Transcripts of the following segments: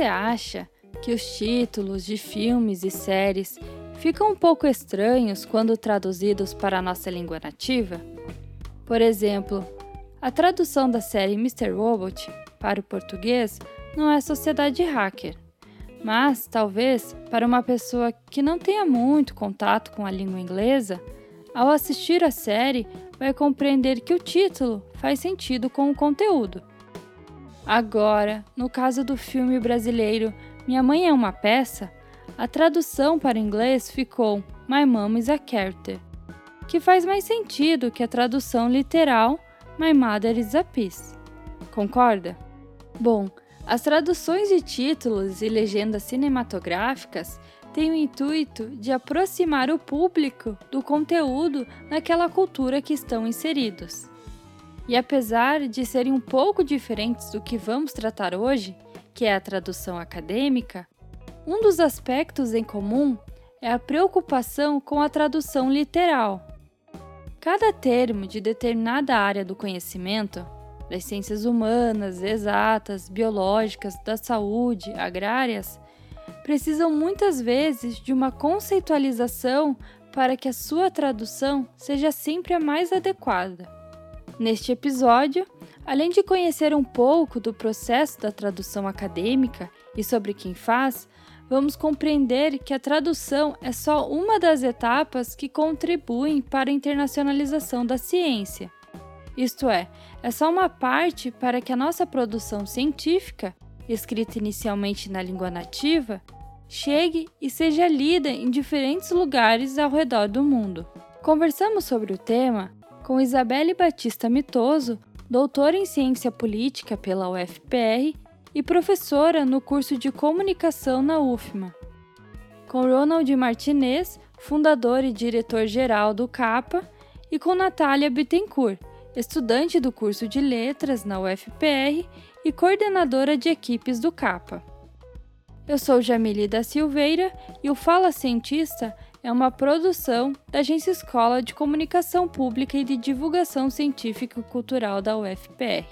Você acha que os títulos de filmes e séries ficam um pouco estranhos quando traduzidos para a nossa língua nativa? Por exemplo, a tradução da série Mr. Robot para o português não é Sociedade Hacker, mas talvez para uma pessoa que não tenha muito contato com a língua inglesa, ao assistir a série vai compreender que o título faz sentido com o conteúdo. Agora, no caso do filme brasileiro Minha Mãe é uma Peça, a tradução para o inglês ficou My Mom is a Character, que faz mais sentido que a tradução literal My Mother is a Piece. Concorda? Bom, as traduções de títulos e legendas cinematográficas têm o intuito de aproximar o público do conteúdo naquela cultura que estão inseridos. E apesar de serem um pouco diferentes do que vamos tratar hoje, que é a tradução acadêmica, um dos aspectos em comum é a preocupação com a tradução literal. Cada termo de determinada área do conhecimento, das ciências humanas, exatas, biológicas, da saúde, agrárias, precisam muitas vezes de uma conceitualização para que a sua tradução seja sempre a mais adequada. Neste episódio, além de conhecer um pouco do processo da tradução acadêmica e sobre quem faz, vamos compreender que a tradução é só uma das etapas que contribuem para a internacionalização da ciência. Isto é só uma parte para que a nossa produção científica, escrita inicialmente na língua nativa, chegue e seja lida em diferentes lugares ao redor do mundo. Conversamos sobre o tema com Isabelle Batista Mitoso, doutora em Ciência Política pela UFPR e professora no curso de Comunicação na UFMA. Com Ronald Martinez, fundador e diretor-geral do CAPA, e com Natália Bittencourt, estudante do curso de Letras na UFPR e coordenadora de equipes do CAPA. Eu sou Jamile da Silveira e o Fala Cientista é uma produção da Agência Escola de Comunicação Pública e de Divulgação Científica e Cultural da UFPR.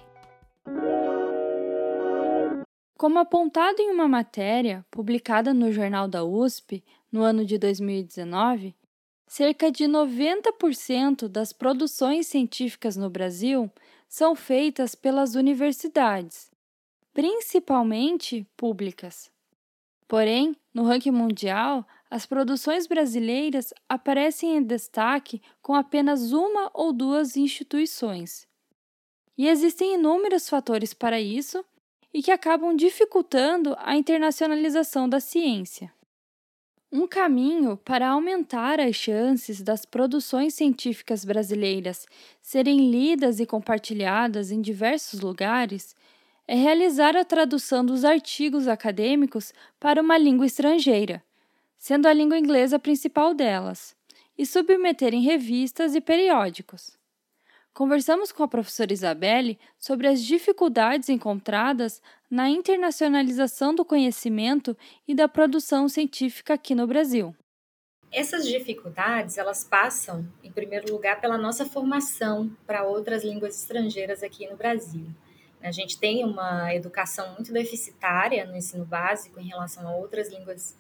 Como apontado em uma matéria publicada no Jornal da USP no ano de 2019, cerca de 90% das produções científicas no Brasil são feitas pelas universidades, principalmente públicas. Porém, no ranking mundial, as produções brasileiras aparecem em destaque com apenas uma ou duas instituições. E existem inúmeros fatores para isso e que acabam dificultando a internacionalização da ciência. Um caminho para aumentar as chances das produções científicas brasileiras serem lidas e compartilhadas em diversos lugares é realizar a tradução dos artigos acadêmicos para uma língua estrangeira, sendo a língua inglesa a principal delas, e submeter em revistas e periódicos. Conversamos com a professora Isabelle sobre as dificuldades encontradas na internacionalização do conhecimento e da produção científica aqui no Brasil. Essas dificuldades, elas passam, em primeiro lugar, pela nossa formação para outras línguas estrangeiras aqui no Brasil. A gente tem uma educação muito deficitária no ensino básico em relação a outras línguas,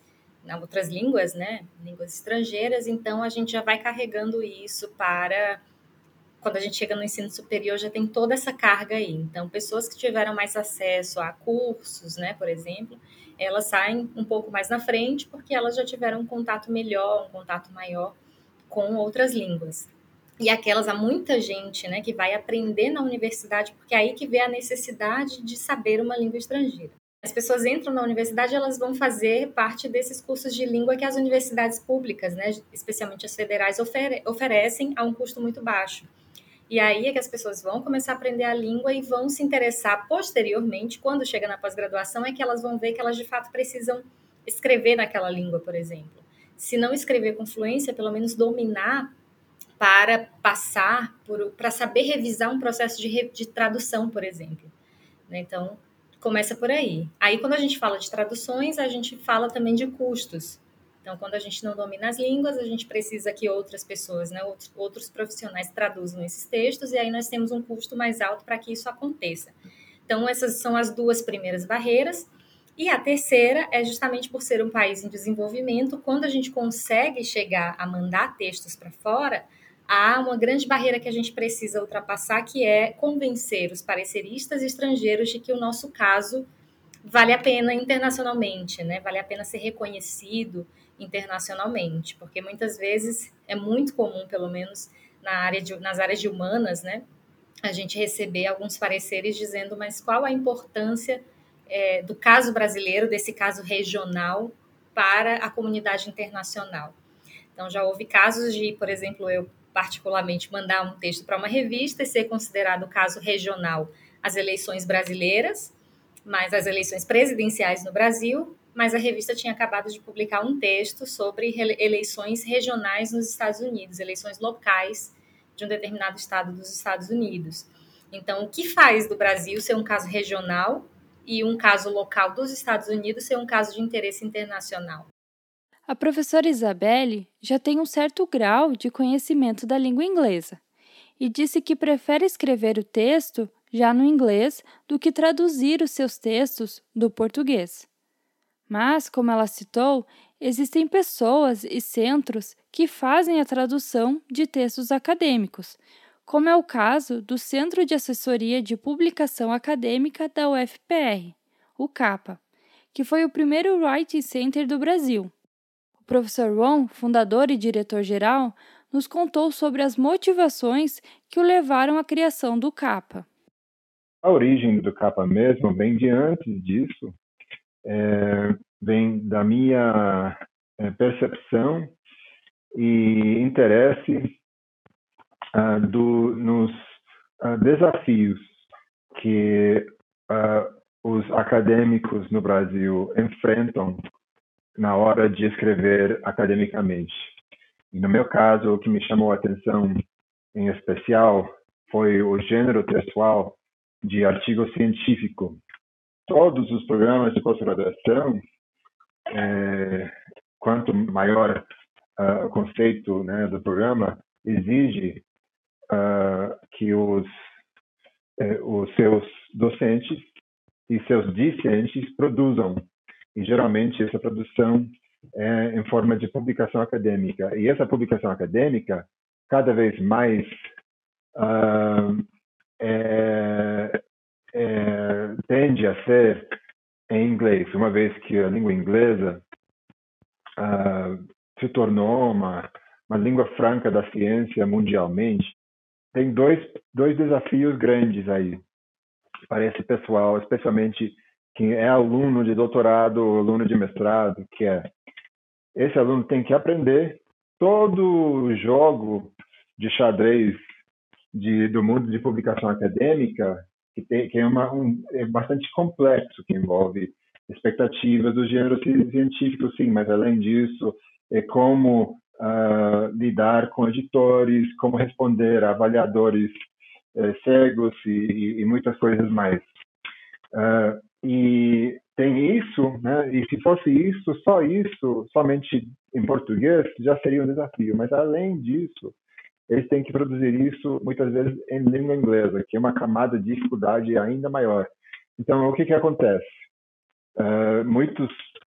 né? Línguas estrangeiras, então a gente já vai carregando isso para quando a gente chega no ensino superior, já tem toda essa carga aí. Então, pessoas que tiveram mais acesso a cursos, né, por exemplo, elas saem um pouco mais na frente porque elas já tiveram um contato melhor, um contato maior com outras línguas. E aquelas, há muita gente, né, que vai aprender na universidade, porque é aí que vê a necessidade de saber uma língua estrangeira. As pessoas entram na universidade, elas vão fazer parte desses cursos de língua que as universidades públicas, né, especialmente as federais, oferecem a um custo muito baixo. E aí é que as pessoas vão começar a aprender a língua e vão se interessar posteriormente, quando chega na pós-graduação, é que elas vão ver que elas de fato precisam escrever naquela língua, por exemplo. Se não escrever com fluência, pelo menos dominar para passar, para saber revisar um processo de tradução, por exemplo. Então, começa por aí. Aí, quando a gente fala de traduções, a gente fala também de custos. Então, quando a gente não domina as línguas, a gente precisa que outras pessoas, né, outros profissionais traduzam esses textos, e aí nós temos um custo mais alto para que isso aconteça. Então, essas são as duas primeiras barreiras. E a terceira é justamente por ser um país em desenvolvimento, quando a gente consegue chegar a mandar textos para fora, há uma grande barreira que a gente precisa ultrapassar, que é convencer os pareceristas estrangeiros de que o nosso caso vale a pena internacionalmente, né? Vale a pena ser reconhecido internacionalmente, porque muitas vezes é muito comum, pelo menos nas áreas de humanas, né? A gente receber alguns pareceres dizendo, mas qual a importância do caso brasileiro, desse caso regional, para a comunidade internacional. Então, já houve casos de, por exemplo, eu particularmente mandar um texto para uma revista e ser considerado caso regional as eleições brasileiras, mas as eleições presidenciais no Brasil, mas a revista tinha acabado de publicar um texto sobre eleições regionais nos Estados Unidos, eleições locais de um determinado estado dos Estados Unidos. Então, o que faz do Brasil ser um caso regional e um caso local dos Estados Unidos ser um caso de interesse internacional? A professora Isabelle já tem um certo grau de conhecimento da língua inglesa e disse que prefere escrever o texto já no inglês do que traduzir os seus textos do português. Mas, como ela citou, existem pessoas e centros que fazem a tradução de textos acadêmicos, como é o caso do Centro de Assessoria de Publicação Acadêmica da UFPR, o CAPA, que foi o primeiro Writing Center do Brasil. O professor Ron, fundador e diretor-geral, nos contou sobre as motivações que o levaram à criação do CAPA. A origem do CAPA mesmo vem de antes disso, vem da minha percepção e interesse nos desafios que os acadêmicos no Brasil enfrentam na hora de escrever academicamente. E no meu caso, o que me chamou a atenção em especial foi o gênero textual de artigo científico. Todos os programas de pós-graduação, quanto maior o conceito, né, do programa, exige que os seus docentes e seus discentes produzam. E geralmente essa produção é em forma de publicação acadêmica. E essa publicação acadêmica, cada vez mais, tende a ser em inglês, uma vez que a língua inglesa se tornou uma língua franca da ciência mundialmente. Tem dois desafios grandes aí para esse pessoal, especialmente quem é aluno de doutorado ou aluno de mestrado, que esse aluno tem que aprender todo o jogo de xadrez do mundo de publicação acadêmica, que é bastante complexo, que envolve expectativas do gênero científico, sim, mas além disso, como lidar com editores, como responder a avaliadores cegos e muitas coisas mais. E tem isso, né? E se fosse isso, somente em português, já seria um desafio. Mas além disso, eles têm que produzir isso muitas vezes em língua inglesa, que é uma camada de dificuldade ainda maior. Então, o que acontece? Muitos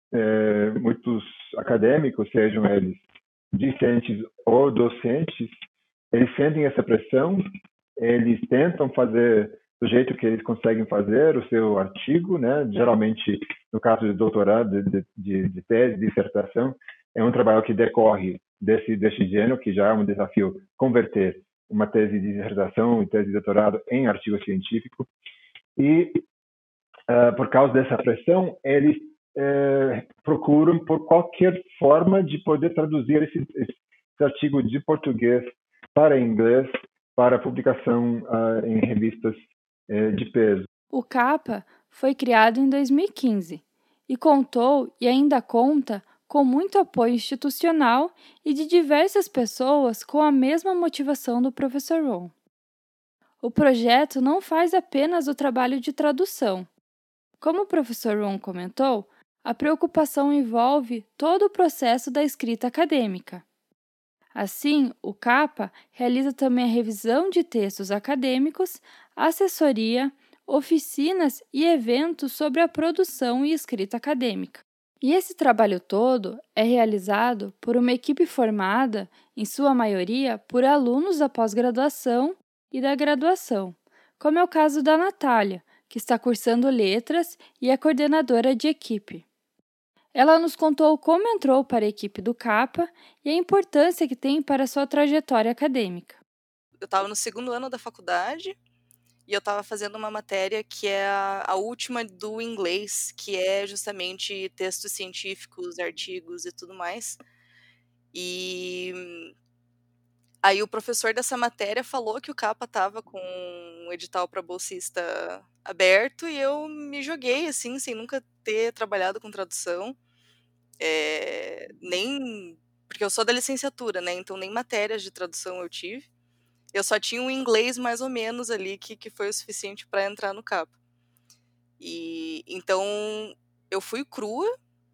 acadêmicos, sejam eles discentes ou docentes, eles sentem essa pressão, eles tentam fazer do jeito que eles conseguem fazer o seu artigo, né? Geralmente, no caso de doutorado, de tese, de dissertação, é um trabalho que decorre desse gênero, que já é um desafio converter uma tese de dissertação e tese de doutorado em artigo científico. E, por causa dessa pressão, eles procuram por qualquer forma de poder traduzir esse artigo de português para inglês, para publicação em revistas de peso. O CAPA foi criado em 2015 e contou e ainda conta com muito apoio institucional e de diversas pessoas com a mesma motivação do professor Ron. O projeto não faz apenas o trabalho de tradução. Como o professor Ron comentou, a preocupação envolve todo o processo da escrita acadêmica. Assim, o CAPA realiza também a revisão de textos acadêmicos, assessoria, oficinas e eventos sobre a produção e escrita acadêmica. E esse trabalho todo é realizado por uma equipe formada, em sua maioria, por alunos da pós-graduação e da graduação, como é o caso da Natália, que está cursando letras e é coordenadora de equipe. Ela nos contou como entrou para a equipe do CAPA e a importância que tem para a sua trajetória acadêmica. Eu estava no 2º ano da faculdade e eu estava fazendo uma matéria que é a última do inglês, que é justamente textos científicos, artigos e tudo mais. E aí o professor dessa matéria falou que o CAPA estava com um edital para bolsista aberto e eu me joguei, assim, sem nunca ter trabalhado com tradução. Nem... Porque eu sou da licenciatura, né? Então nem matérias de tradução eu tive. Eu só tinha um inglês mais ou menos ali que foi o suficiente para entrar no CAPA. E então eu fui crua,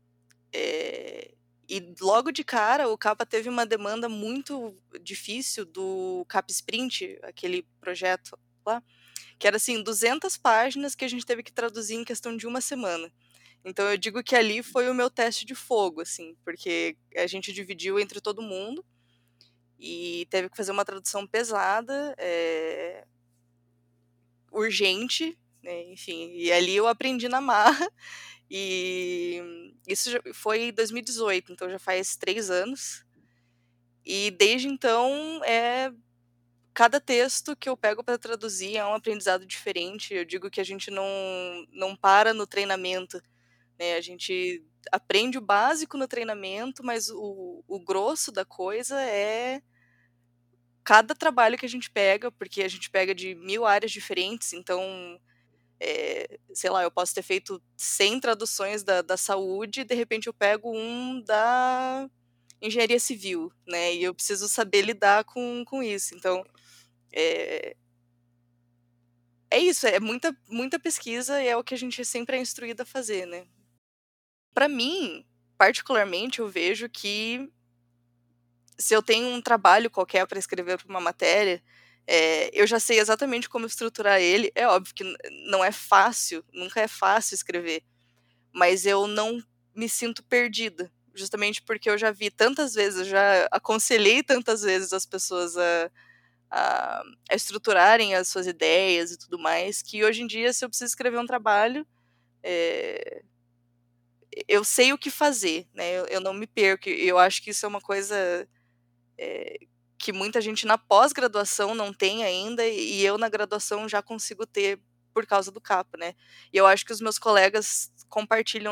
e logo de cara o CAPA teve uma demanda muito difícil do CAPA Sprint, aquele projeto lá, que era assim, 200 páginas que a gente teve que traduzir em questão de uma semana. Então eu digo que ali foi o meu teste de fogo, assim, porque a gente dividiu entre todo mundo e teve que fazer uma tradução pesada, urgente, né, enfim, e ali eu aprendi na marra, e isso foi em 2018, então já faz 3 anos, e desde então, cada texto que eu pego para traduzir é um aprendizado diferente. Eu digo que a gente não para no treinamento, né, a gente aprende o básico no treinamento, mas o grosso da coisa é cada trabalho que a gente pega, porque a gente pega de 1000 áreas diferentes, então, sei lá, eu posso ter feito 100 traduções da saúde e de repente eu pego um da engenharia civil, né, e eu preciso saber lidar com isso. Então, é isso, é muita pesquisa e é o que a gente sempre é instruído a fazer, né. Para mim, particularmente, eu vejo que se eu tenho um trabalho qualquer para escrever para uma matéria, eu já sei exatamente como estruturar ele. É óbvio que não é fácil, nunca é fácil escrever, mas eu não me sinto perdida, justamente porque eu já vi tantas vezes, eu já aconselhei tantas vezes as pessoas a estruturarem as suas ideias e tudo mais, que hoje em dia, se eu preciso escrever um trabalho, eu sei o que fazer, né, eu não me perco. Eu acho que isso é uma coisa que muita gente na pós-graduação não tem ainda, e eu na graduação já consigo ter por causa do CAPA, né. E eu acho que os meus colegas compartilham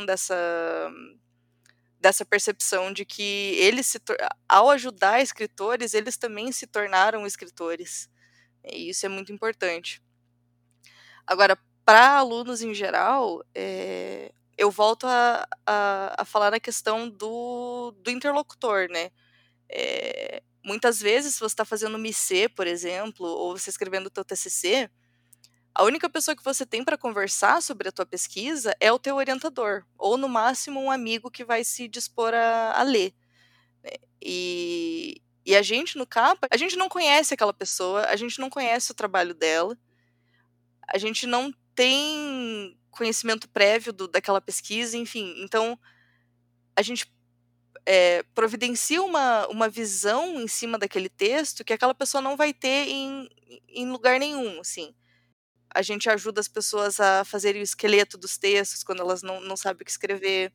dessa percepção de que eles ao ajudar escritores, eles também se tornaram escritores, e isso é muito importante. Agora, para alunos em geral, eu volto a falar na questão do interlocutor, né. Muitas vezes, se você está fazendo uma IC, por exemplo, ou você escrevendo o teu TCC, a única pessoa que você tem para conversar sobre a tua pesquisa é o teu orientador, ou no máximo um amigo que vai se dispor a ler, né. E a gente no CAPA, a gente não conhece aquela pessoa, a gente não conhece o trabalho dela, a gente não tem conhecimento prévio daquela pesquisa, enfim. Então, a gente providencia uma visão em cima daquele texto que aquela pessoa não vai ter em lugar nenhum, assim. A gente ajuda as pessoas a fazerem o esqueleto dos textos quando elas não sabem o que escrever.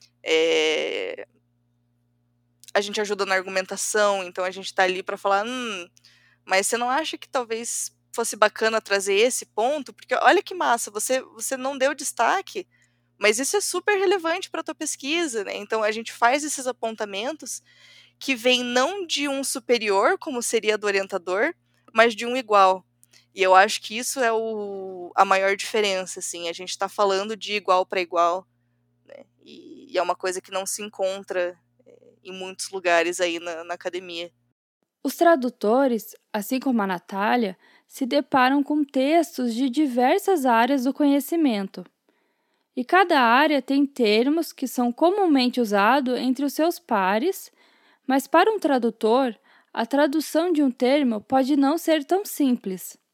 A gente ajuda na argumentação, então a gente está ali para falar, mas você não acha que talvez fosse bacana trazer esse ponto? Porque olha que massa, você não deu destaque, mas isso é super relevante para a tua pesquisa, né. Então a gente faz esses apontamentos que vêm não de um superior, como seria do orientador, mas de um igual. E eu acho que isso é a maior diferença, assim, a gente está falando de igual para igual, né, e é uma coisa que não se encontra, em muitos lugares aí na academia. Os tradutores, assim como a Natália, se deparam com textos de diversas áreas do conhecimento. E cada área tem termos que são comumente usados entre os seus pares, mas para um tradutor, a tradução de um termo pode não ser tão simples.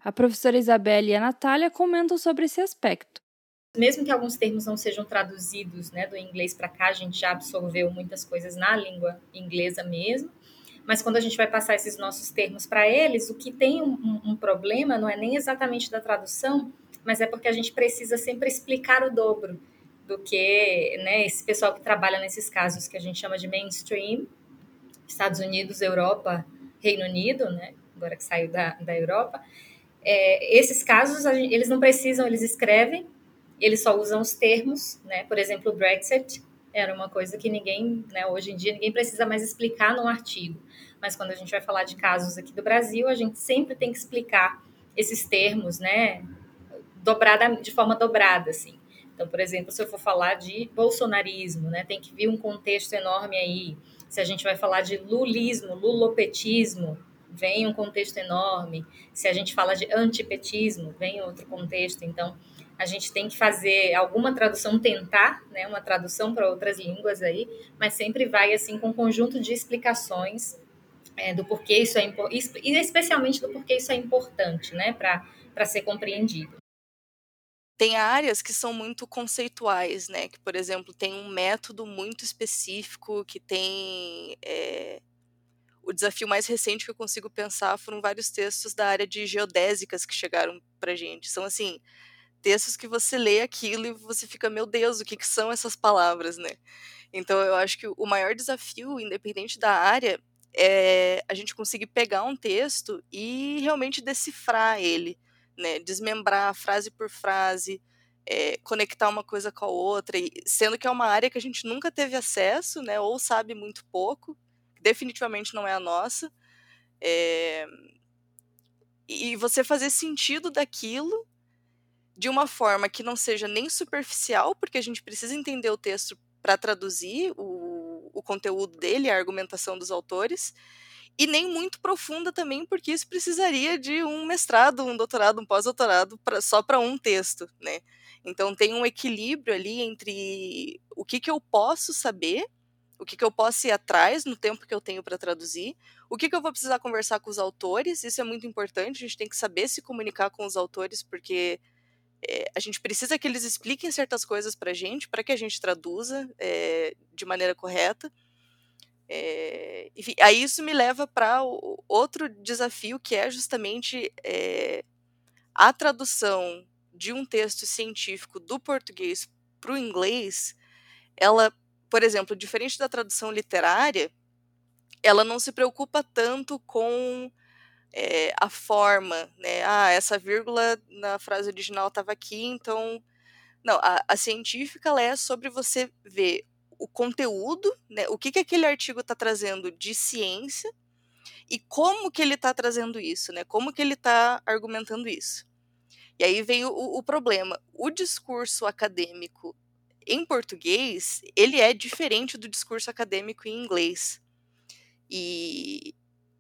A professora Isabelle e a Natália comentam sobre esse aspecto. Mesmo que alguns termos não sejam traduzidos, né, do inglês para cá, a gente já absorveu muitas coisas na língua inglesa mesmo, mas quando a gente vai passar esses nossos termos para eles, o que tem um problema não é nem exatamente da tradução, mas é porque a gente precisa sempre explicar o dobro do que, né, esse pessoal que trabalha nesses casos que a gente chama de mainstream, Estados Unidos, Europa, Reino Unido, né, agora que saiu da Europa. Esses casos, eles não precisam, eles escrevem, eles só usam os termos, né? Por exemplo, o Brexit era uma coisa que ninguém, né, hoje em dia, ninguém precisa mais explicar num artigo. Mas quando a gente vai falar de casos aqui do Brasil, a gente sempre tem que explicar esses termos, né, de forma dobrada, assim. Então, por exemplo, se eu for falar de bolsonarismo, né, tem que vir um contexto enorme aí. Se a gente vai falar de lulismo, lulopetismo, vem um contexto enorme. Se a gente fala de antipetismo, vem outro contexto. Então, a gente tem que fazer alguma tradução, tentar, né, uma tradução para outras línguas aí, mas sempre vai assim com um conjunto de explicações do porquê isso é importante, e especialmente do porquê isso é importante, né, para ser compreendido. Tem áreas que são muito conceituais, né? Que, por exemplo, tem um método muito específico, que tem o desafio mais recente que eu consigo pensar foram vários textos da área de geodésicas que chegaram pra gente. São, assim, textos que você lê aquilo e você fica, meu Deus, o que são essas palavras, né? Então, eu acho que o maior desafio, independente da área, é a gente conseguir pegar um texto e realmente decifrar ele, né? Desmembrar frase por frase, conectar uma coisa com a outra, e sendo que é uma área que a gente nunca teve acesso, né? Ou sabe muito pouco, definitivamente não é a nossa. E você fazer sentido daquilo de uma forma que não seja nem superficial, porque a gente precisa entender o texto para traduzir o conteúdo dele, a argumentação dos autores, e nem muito profunda também, porque isso precisaria de um mestrado, um doutorado, um pós-doutorado só para um texto, né? Então tem um equilíbrio ali entre o que eu posso saber, o que eu posso ir atrás no tempo que eu tenho para traduzir, o que eu vou precisar conversar com os autores, isso é muito importante, a gente tem que saber se comunicar com os autores, porque a gente precisa que eles expliquem certas coisas para que a gente traduza de maneira correta. Enfim, aí isso me leva para outro desafio, que é justamente a tradução de um texto científico do português para o inglês. Ela, por exemplo, diferente da tradução literária, ela não se preocupa tanto com a forma, né? Essa vírgula na frase original estava aqui, então... Não, a científica, ela é sobre você ver o conteúdo, né? O que aquele artigo está trazendo de ciência e como que ele está trazendo isso, né? Como que ele está argumentando isso. E aí vem o problema. O discurso acadêmico em português, ele é diferente do discurso acadêmico em inglês. E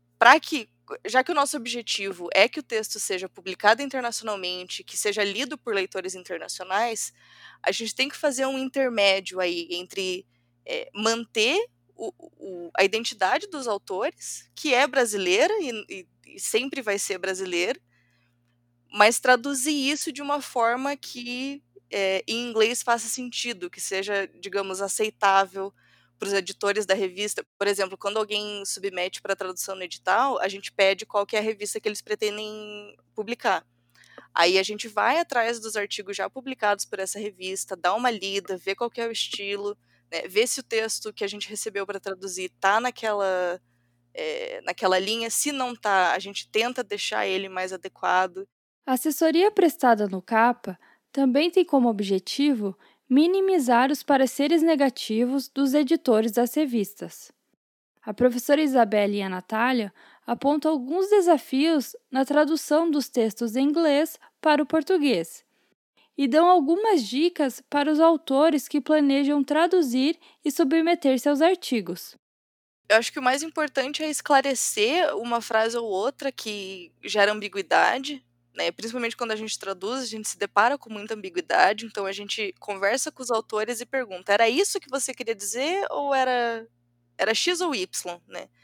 já que o nosso objetivo é que o texto seja publicado internacionalmente, que seja lido por leitores internacionais, a gente tem que fazer um intermédio aí entre manter a identidade dos autores, que é brasileira e sempre vai ser brasileira, mas traduzir isso de uma forma que em inglês faça sentido, que seja, digamos, aceitável para os editores da revista. Por exemplo, quando alguém submete para tradução no edital, a gente pede qual que é a revista que eles pretendem publicar. Aí a gente vai atrás dos artigos já publicados por essa revista, dá uma lida, vê qual que é o estilo, né, vê se o texto que a gente recebeu para traduzir está naquela linha. Se não está, a gente tenta deixar ele mais adequado. A assessoria prestada no CAPA também tem como objetivo minimizar os pareceres negativos dos editores das revistas. A professora Isabelle e a Natália apontam alguns desafios na tradução dos textos em inglês para o português e dão algumas dicas para os autores que planejam traduzir e submeter seus artigos. Eu acho que o mais importante é esclarecer uma frase ou outra que gera ambiguidade, né? Principalmente quando a gente traduz, a gente se depara com muita ambiguidade, então a gente conversa com os autores e pergunta: era isso que você queria dizer ou era X ou Y, né?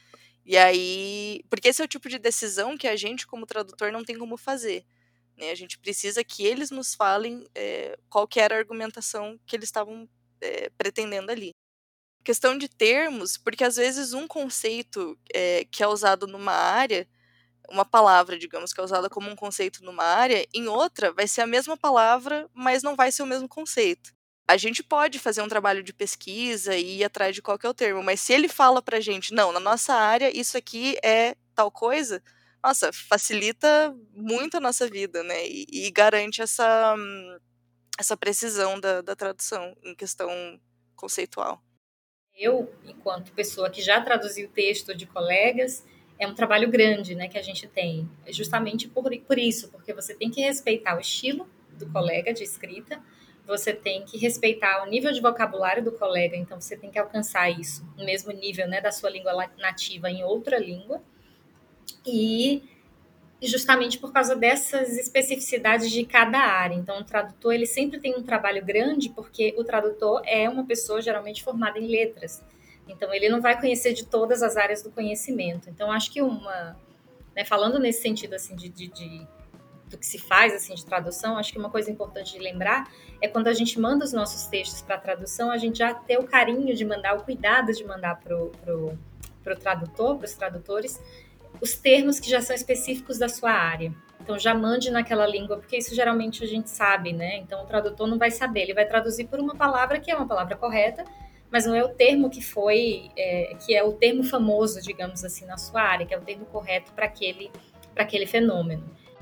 E aí, porque esse é o tipo de decisão que a gente, como tradutor, não tem como fazer, né? A gente precisa que eles nos falem qual que era a argumentação que eles estavam pretendendo ali. Questão de termos, porque às vezes um conceito que é usado numa área, uma palavra, digamos, que é usada como um conceito numa área, em outra vai ser a mesma palavra, mas não vai ser o mesmo conceito. A gente pode fazer um trabalho de pesquisa e ir atrás de qual que é o termo, mas se ele fala pra gente, não, na nossa área isso aqui é tal coisa, nossa, facilita muito a nossa vida, né? E garante essa precisão da tradução em questão conceitual. Eu, enquanto pessoa que já traduziu texto de colegas, é um trabalho grande, né, que a gente tem, justamente por isso, porque você tem que respeitar o estilo do colega de escrita, você tem que respeitar o nível de vocabulário do colega, então você tem que alcançar isso, o mesmo nível, né, da sua língua nativa em outra língua, e justamente por causa dessas especificidades de cada área. Então, o tradutor, ele sempre tem um trabalho grande, porque o tradutor é uma pessoa geralmente formada em letras. Então, ele não vai conhecer de todas as áreas do conhecimento. Então, acho que falando nesse sentido, assim, do que se faz, assim, de tradução, acho que uma coisa importante de lembrar é quando a gente manda os nossos textos para tradução, a gente já ter o carinho de mandar, o cuidado de mandar pro tradutor, para os tradutores, os termos que já são específicos da sua área. Então, já mande naquela língua, porque isso geralmente a gente sabe, né? Então, o tradutor não vai saber, ele vai traduzir por uma palavra que é uma palavra correta, mas não é o termo que é o termo famoso, digamos assim, na sua área, que é o termo correto para aquele fenômeno.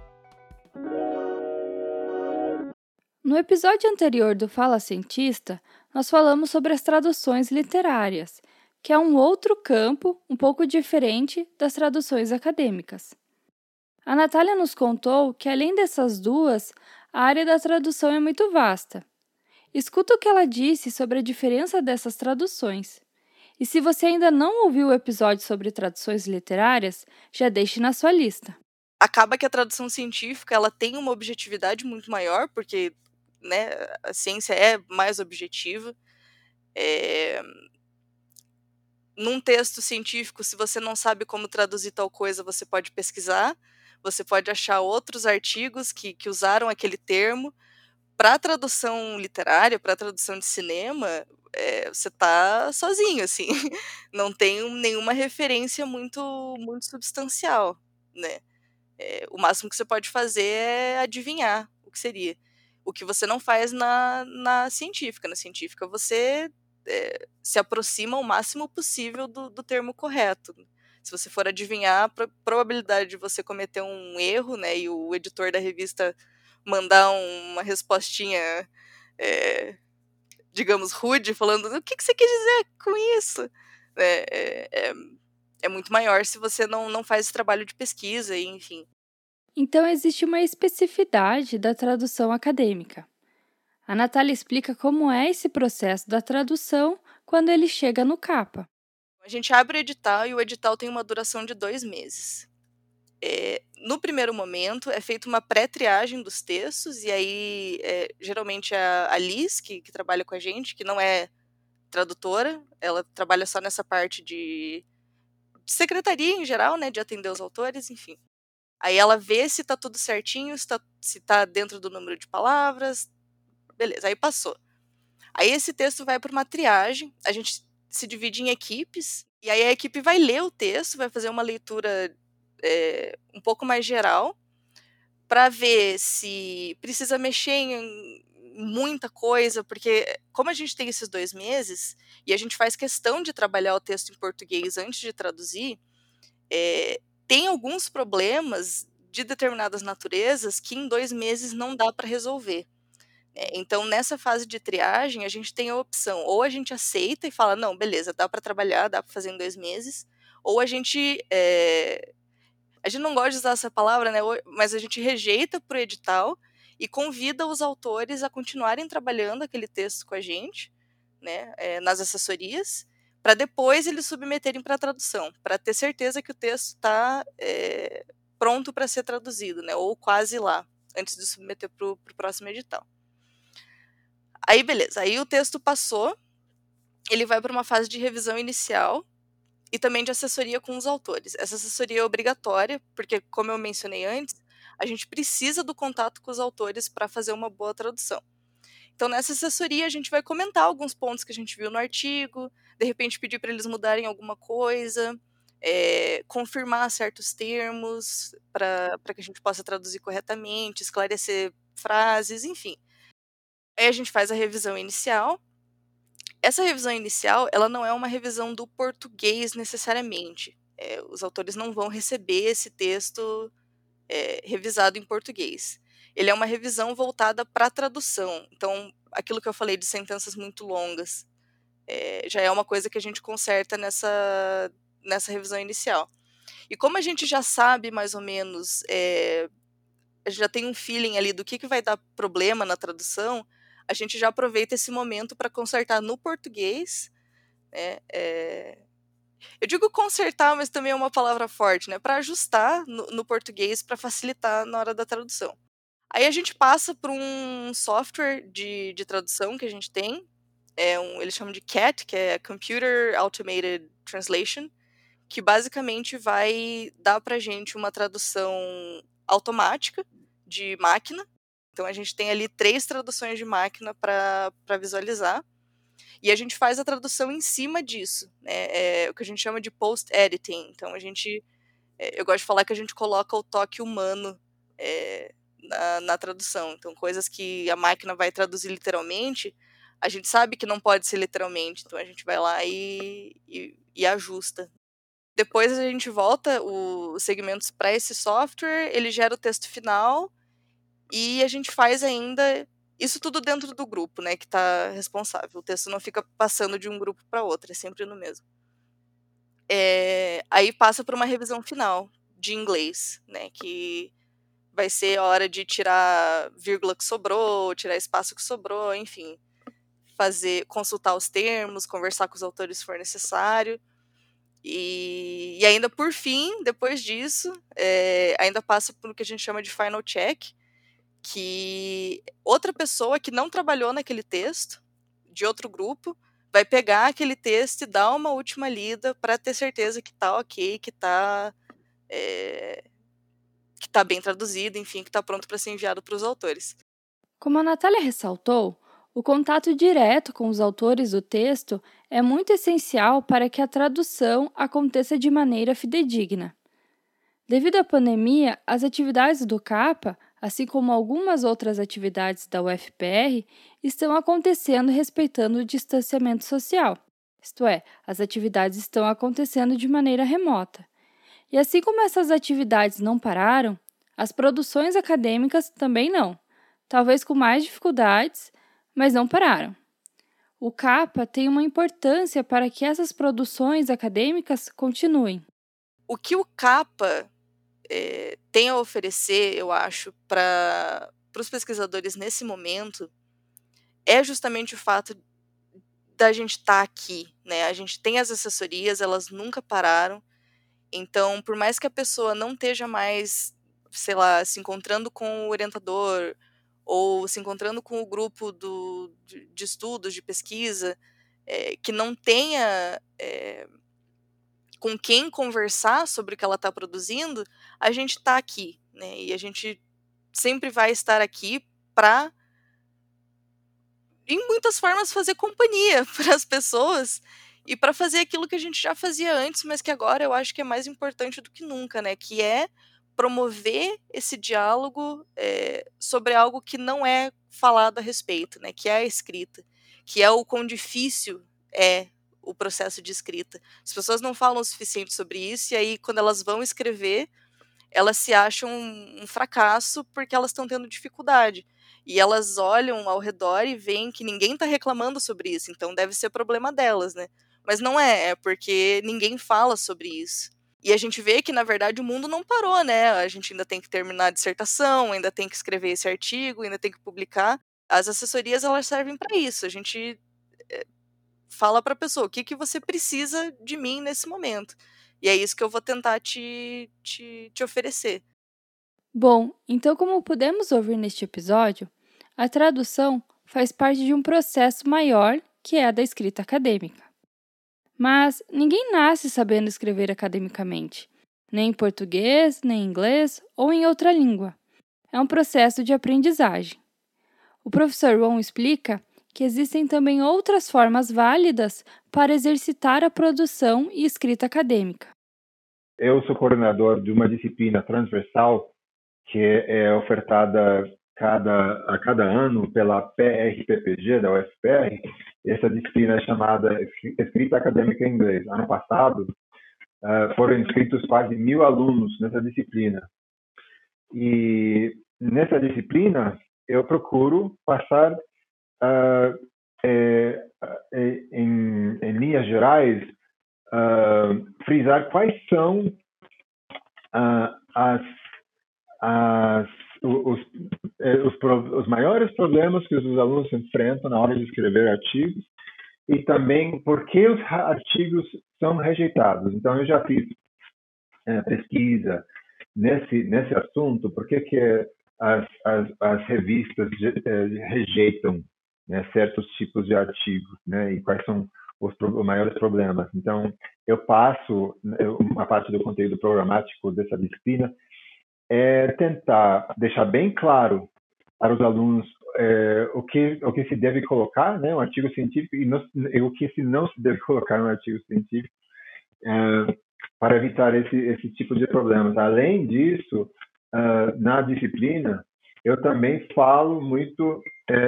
No episódio anterior do Fala Cientista, nós falamos sobre as traduções literárias, que é um outro campo um pouco diferente das traduções acadêmicas. A Natália nos contou que, além dessas duas, a área da tradução é muito vasta. Escuta o que ela disse sobre a diferença dessas traduções. E se você ainda não ouviu o episódio sobre traduções literárias, já deixe na sua lista. Acaba que a tradução científica ela tem uma objetividade muito maior, porque, né, a ciência é mais objetiva. Num texto científico, se você não sabe como traduzir tal coisa, você pode pesquisar, você pode achar outros artigos que usaram aquele termo. Para tradução literária, para tradução de cinema, você está sozinho, assim, não tem nenhuma referência muito, muito substancial, né? O máximo que você pode fazer é adivinhar o que seria. O que você não faz na científica. Na científica, você se aproxima o máximo possível do termo correto. Se você for adivinhar, a probabilidade de você cometer um erro, né, e o editor da revista mandar uma respostinha, digamos, rude, falando o que você quer dizer com isso? É muito maior se você não faz esse trabalho de pesquisa, enfim. Então, existe uma especificidade da tradução acadêmica. A Natália explica como é esse processo da tradução quando ele chega no CAPA. A gente abre o edital e o edital tem uma duração de 2 meses. No primeiro momento, é feita uma pré-triagem dos textos, e aí, geralmente, a Liz, que trabalha com a gente, que não é tradutora, ela trabalha só nessa parte de secretaria em geral, né, de atender os autores, enfim. Aí ela vê se tá tudo certinho, se tá dentro do número de palavras, beleza, aí passou. Aí esse texto vai para uma triagem, a gente se divide em equipes, e aí a equipe vai ler o texto, vai fazer uma leitura um pouco mais geral, para ver se precisa mexer em muita coisa, porque como a gente tem esses 2 meses, e a gente faz questão de trabalhar o texto em português antes de traduzir, tem alguns problemas de determinadas naturezas que em 2 meses não dá para resolver. Então, nessa fase de triagem, a gente tem a opção, ou a gente aceita e fala, não, beleza, dá para trabalhar, dá para fazer em 2 meses, ou a gente não gosta de usar essa palavra, né, mas a gente rejeita pro edital e convida os autores a continuarem trabalhando aquele texto com a gente, né, nas assessorias, para depois eles submeterem para tradução, para ter certeza que o texto está pronto para ser traduzido, né, ou quase lá, antes de submeter para o próximo edital. Aí, beleza. Aí o texto passou, ele vai para uma fase de revisão inicial, e também de assessoria com os autores. Essa assessoria é obrigatória, porque, como eu mencionei antes, a gente precisa do contato com os autores para fazer uma boa tradução. Então, nessa assessoria, a gente vai comentar alguns pontos que a gente viu no artigo, de repente pedir para eles mudarem alguma coisa, confirmar certos termos para que a gente possa traduzir corretamente, esclarecer frases, enfim. Aí a gente faz a revisão inicial. Essa revisão inicial, ela não é uma revisão do português necessariamente. Os autores não vão receber esse texto revisado em português. Ele é uma revisão voltada para a tradução. Então, aquilo que eu falei de sentenças muito longas, já é uma coisa que a gente conserta nessa revisão inicial. E como a gente já sabe mais ou menos, a gente já tem um feeling ali do que vai dar problema na tradução, a gente já aproveita esse momento para consertar no português, né? Eu digo consertar, mas também é uma palavra forte, né? Para ajustar no português, para facilitar na hora da tradução. Aí a gente passa por um software de tradução que a gente tem, eles chamam de CAT, que é Computer Automated Translation, que basicamente vai dar para a gente uma tradução automática de máquina. Então a gente tem ali 3 traduções de máquina para visualizar. E a gente faz a tradução em cima disso, né? É o que a gente chama de post-editing. Então eu gosto de falar que a gente coloca o toque humano na tradução. Então, coisas que a máquina vai traduzir literalmente, a gente sabe que não pode ser literalmente, então a gente vai lá e ajusta. Depois a gente volta os segmentos para esse software, ele gera o texto final e a gente faz ainda isso tudo dentro do grupo, né, que está responsável. O texto não fica passando de um grupo para outro, é sempre no mesmo. Aí passa por uma revisão final de inglês, né, que vai ser a hora de tirar vírgula que sobrou, tirar espaço que sobrou, enfim, consultar os termos, conversar com os autores se for necessário. E ainda por fim, depois disso, ainda passa por o que a gente chama de final check, que outra pessoa que não trabalhou naquele texto, de outro grupo, vai pegar aquele texto e dar uma última lida para ter certeza que tá ok, que tá bem traduzido, enfim, que tá pronto para ser enviado para os autores. Como a Natália ressaltou, o contato direto com os autores do texto é muito essencial para que a tradução aconteça de maneira fidedigna. Devido à pandemia, as atividades do CAPA, assim como algumas outras atividades da UFPR, estão acontecendo respeitando o distanciamento social. Isto é, as atividades estão acontecendo de maneira remota. E assim como essas atividades não pararam, as produções acadêmicas também não. Talvez com mais dificuldades, mas não pararam. O CAPA tem uma importância para que essas produções acadêmicas continuem. O que o CAPA tem a oferecer, eu acho, para os pesquisadores nesse momento, é justamente o fato da gente estar aqui, né? A gente tem as assessorias, elas nunca pararam. Então, por mais que a pessoa não esteja mais, sei lá, se encontrando com o orientador ou se encontrando com o grupo de estudos, de pesquisa, que não tenha com quem conversar sobre o que ela está produzindo, a gente está aqui, né? E a gente sempre vai estar aqui para, em muitas formas, fazer companhia para as pessoas e para fazer aquilo que a gente já fazia antes, mas que agora eu acho que é mais importante do que nunca, né? Que é promover esse diálogo sobre algo que não é falado a respeito, né? Que é a escrita, que é o quão difícil é o processo de escrita. As pessoas não falam o suficiente sobre isso e aí quando elas vão escrever, elas se acham um fracasso porque elas estão tendo dificuldade. E elas olham ao redor e veem que ninguém está reclamando sobre isso, então deve ser problema delas, né? Mas não é porque ninguém fala sobre isso. E a gente vê que, na verdade, o mundo não parou, né? A gente ainda tem que terminar a dissertação, ainda tem que escrever esse artigo, ainda tem que publicar. As assessorias, elas servem para isso. A gente fala para a pessoa, o que você precisa de mim nesse momento? E é isso que eu vou tentar te oferecer. Bom, então como pudemos ouvir neste episódio, a tradução faz parte de um processo maior que é a da escrita acadêmica. Mas ninguém nasce sabendo escrever academicamente, nem em português, nem em inglês ou em outra língua. É um processo de aprendizagem. O professor Ron explica que existem também outras formas válidas para exercitar a produção e escrita acadêmica. Eu sou coordenador de uma disciplina transversal que é ofertada a cada ano pela PRPPG da UFPR. Essa disciplina é chamada Escrita Acadêmica em Inglês. Ano passado, foram inscritos quase 1.000 alunos nessa disciplina. E nessa disciplina, eu procuro passar, em linhas gerais, frisar quais são os maiores problemas que os alunos enfrentam na hora de escrever artigos e também por que os artigos são rejeitados. Então, eu já fiz pesquisa nesse assunto, por que as revistas rejeitam, né, certos tipos de artigos, né, e quais são os maiores problemas. Então, eu passo uma parte do conteúdo programático dessa disciplina é tentar deixar bem claro para os alunos o que se deve colocar, né, um artigo científico e o que não se deve colocar no artigo científico, para evitar esse tipo de problemas. Além disso, na disciplina, eu também falo muito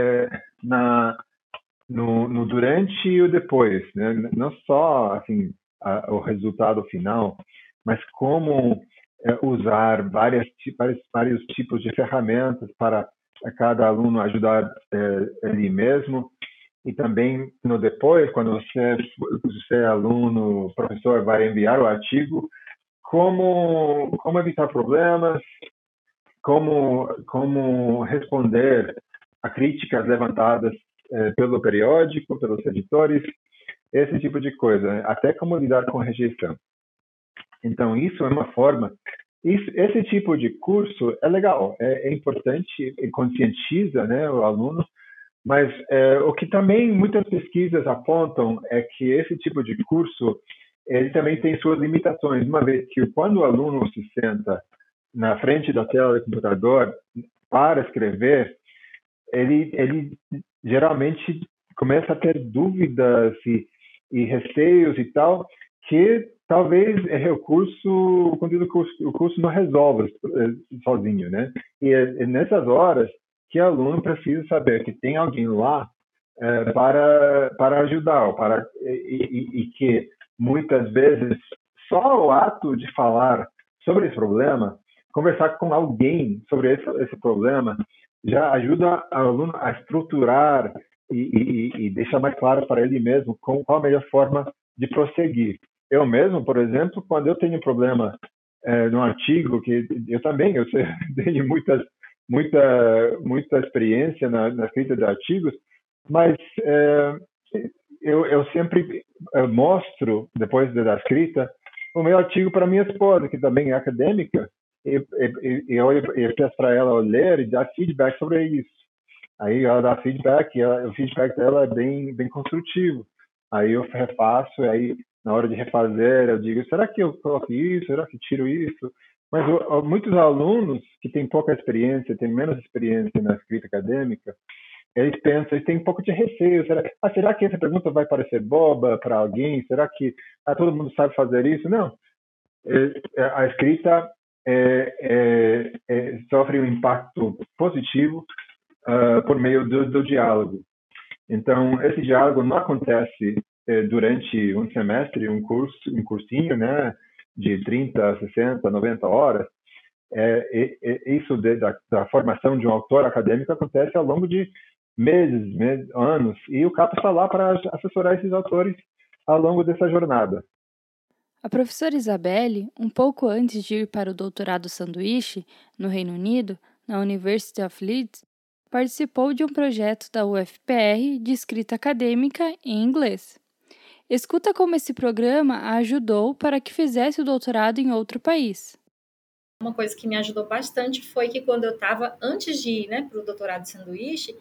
no durante e o depois, né? Não só assim o resultado final, mas como usar vários tipos de ferramentas para cada aluno ajudar ele mesmo. E também no depois, quando você é aluno, professor, vai enviar o artigo, como evitar problemas, como responder a críticas levantadas pelo periódico, pelos editores, esse tipo de coisa, até como lidar com rejeição. Então, isso é uma forma. Esse tipo de curso é legal, é importante, conscientiza, né, o aluno, mas o que também muitas pesquisas apontam é que esse tipo de curso ele também tem suas limitações, uma vez que quando o aluno se senta na frente da tela do computador para escrever, ele geralmente começa a ter dúvidas e receios e tal, que talvez o curso não resolva sozinho, né? E é nessas horas que o aluno precisa saber que tem alguém lá para ajudar, e que muitas vezes só o ato de falar sobre esse problema, conversar com alguém sobre esse problema, já ajuda o aluno a estruturar e deixar mais claro para ele mesmo qual a melhor forma de prosseguir. Eu mesmo, por exemplo, quando eu tenho problema no artigo, que eu tenho muita experiência na escrita de artigos, mas eu sempre mostro, depois da escrita, o meu artigo para minha esposa, que também é acadêmica, e eu peço para ela ler e dar feedback sobre isso. Aí ela dá feedback, e o feedback dela é bem construtivo. Aí eu refaço, e aí na hora de refazer eu digo, será que eu coloco isso? Será que tiro isso? Mas muitos alunos que têm pouca experiência, têm menos experiência na escrita acadêmica, eles têm um pouco de receio. Será que essa pergunta vai parecer boba para alguém? Será que todo mundo sabe fazer isso? Não. A escrita sofre um impacto positivo por meio do diálogo. Então, esse diálogo não acontece durante um semestre, um cursinho, né, de 30, 60, 90 horas. Isso da formação de um autor acadêmico acontece ao longo de meses, anos, e o CAPES está lá para assessorar esses autores ao longo dessa jornada. A professora Isabelle, um pouco antes de ir para o doutorado sanduíche, no Reino Unido, na University of Leeds, participou de um projeto da UFPR de escrita acadêmica em inglês. Escuta como esse programa a ajudou para que fizesse o doutorado em outro país. Uma coisa que me ajudou bastante foi que quando eu estava, antes de ir para o doutorado de sanduíche,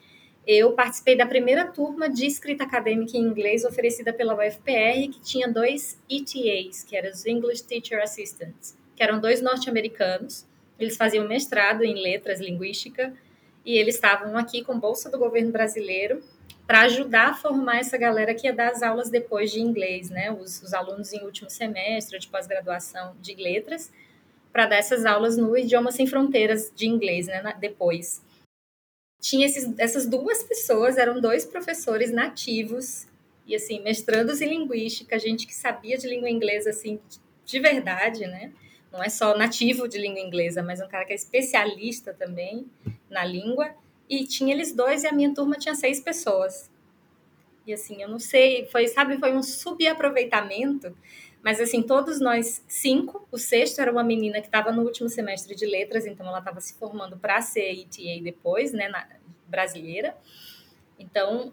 eu participei da primeira turma de escrita acadêmica em inglês oferecida pela UFPR, que tinha 2 ETAs, que eram os English Teacher Assistants, que eram 2 norte-americanos. Eles faziam mestrado em letras, linguística, e eles estavam aqui com bolsa do governo brasileiro para ajudar a formar essa galera que ia dar as aulas depois de inglês, né? Os alunos em último semestre de pós-graduação de letras, para dar essas aulas no Idioma Sem Fronteiras de inglês, né? Depois. Tinha essas 2 pessoas, eram 2 professores nativos, e assim, mestrandos em linguística, gente que sabia de língua inglesa, assim, de verdade, né? Não é só nativo de língua inglesa, mas um cara que é especialista também na língua. E tinha eles 2 e a minha turma tinha 6 pessoas. E assim, eu não sei, foi um subaproveitamento, mas assim, todos nós 5, o 6º era uma menina que estava no último semestre de letras, então ela estava se formando para ser ETA depois, né, brasileira. Então,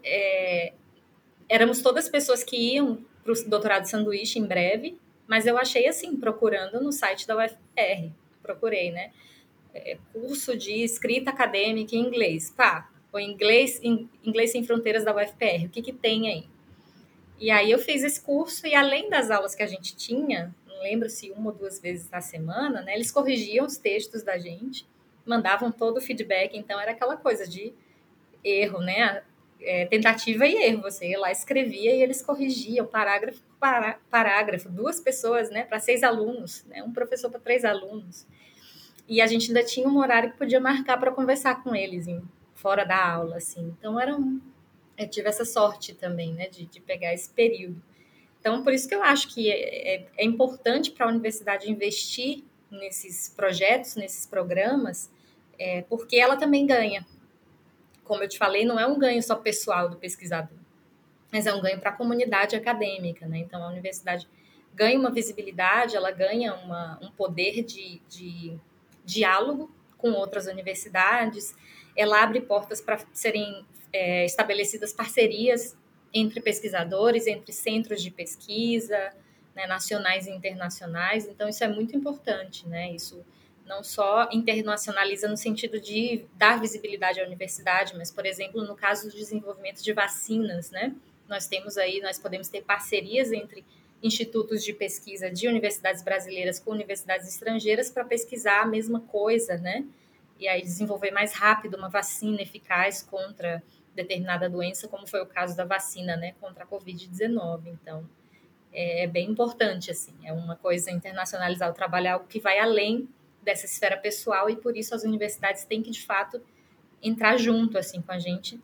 éramos todas pessoas que iam para o doutorado sanduíche em breve, mas eu achei assim, procurando no site da UFPR, procurei, né, curso de escrita acadêmica em inglês, o inglês sem fronteiras da UFPR, o que tem aí? E aí eu fiz esse curso e além das aulas que a gente tinha, não lembro se 1 ou 2 vezes na semana, né, eles corrigiam os textos da gente, mandavam todo o feedback, então era aquela coisa de erro, né, tentativa e erro, você ia lá, escrevia e eles corrigiam parágrafo por parágrafo, 2 pessoas, né, para 6 alunos, né, um professor para 3 alunos. E a gente ainda tinha um horário que podia marcar para conversar com eles fora da aula, assim. Então, eu tive essa sorte também, né, de pegar esse período. Então, por isso que eu acho que é importante para a universidade investir nesses projetos, nesses programas, porque ela também ganha. Como eu te falei, não é um ganho só pessoal do pesquisador, mas é um ganho para a comunidade acadêmica, né? Então, a universidade ganha uma visibilidade, ela ganha um poder de diálogo com outras universidades, ela abre portas para serem estabelecidas parcerias entre pesquisadores, entre centros de pesquisa, né, nacionais e internacionais. Então, isso é muito importante, né? Isso não só internacionaliza no sentido de dar visibilidade à universidade, mas, por exemplo, no caso do desenvolvimento de vacinas, né? Nós podemos ter parcerias entre institutos de pesquisa de universidades brasileiras com universidades estrangeiras para pesquisar a mesma coisa, né? E aí desenvolver mais rápido uma vacina eficaz contra determinada doença, como foi o caso da vacina, né, contra a Covid-19. Então, é bem importante, assim, é uma coisa internacionalizar o trabalho, algo que vai além dessa esfera pessoal e por isso as universidades têm que, de fato, entrar junto, assim, com a gente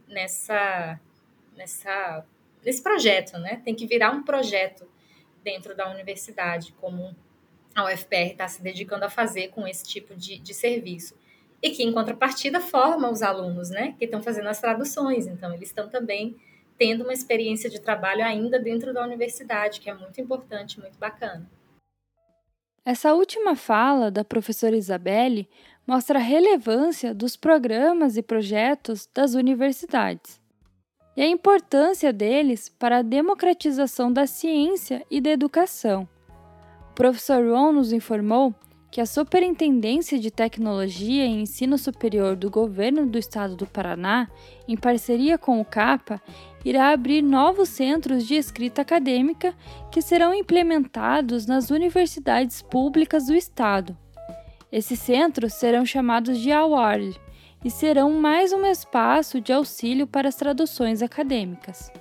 nesse projeto, né? Tem que virar um projeto dentro da universidade, como a UFPR está se dedicando a fazer com esse tipo de serviço. E que, em contrapartida, forma os alunos, né, que estão fazendo as traduções. Então, eles estão também tendo uma experiência de trabalho ainda dentro da universidade, que é muito importante, muito bacana. Essa última fala da professora Isabelle mostra a relevância dos programas e projetos das universidades e a importância deles para a democratização da ciência e da educação. O professor Ron nos informou que a Superintendência de Tecnologia e Ensino Superior do Governo do Estado do Paraná, em parceria com o CAPA, irá abrir novos centros de escrita acadêmica que serão implementados nas universidades públicas do Estado. Esses centros serão chamados de AWARD e serão mais um espaço de auxílio para as traduções acadêmicas.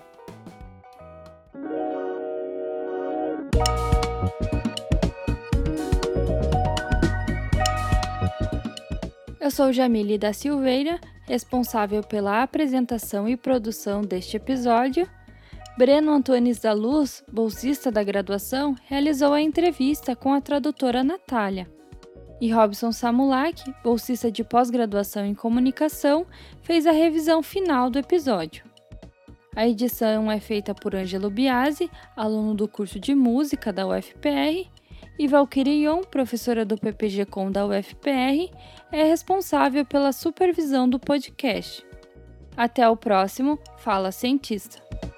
Eu sou Jamile da Silveira, responsável pela apresentação e produção deste episódio. Breno Antunes da Luz, bolsista da graduação, realizou a entrevista com a tradutora Natália. E Robson Samulak, bolsista de pós-graduação em comunicação, fez a revisão final do episódio. A edição é feita por Ângelo Biasi, aluno do curso de música da UFPR, e Valkyrie Yon, professora do PPG-Com da UFPR, é responsável pela supervisão do podcast. Até o próximo Fala Cientista!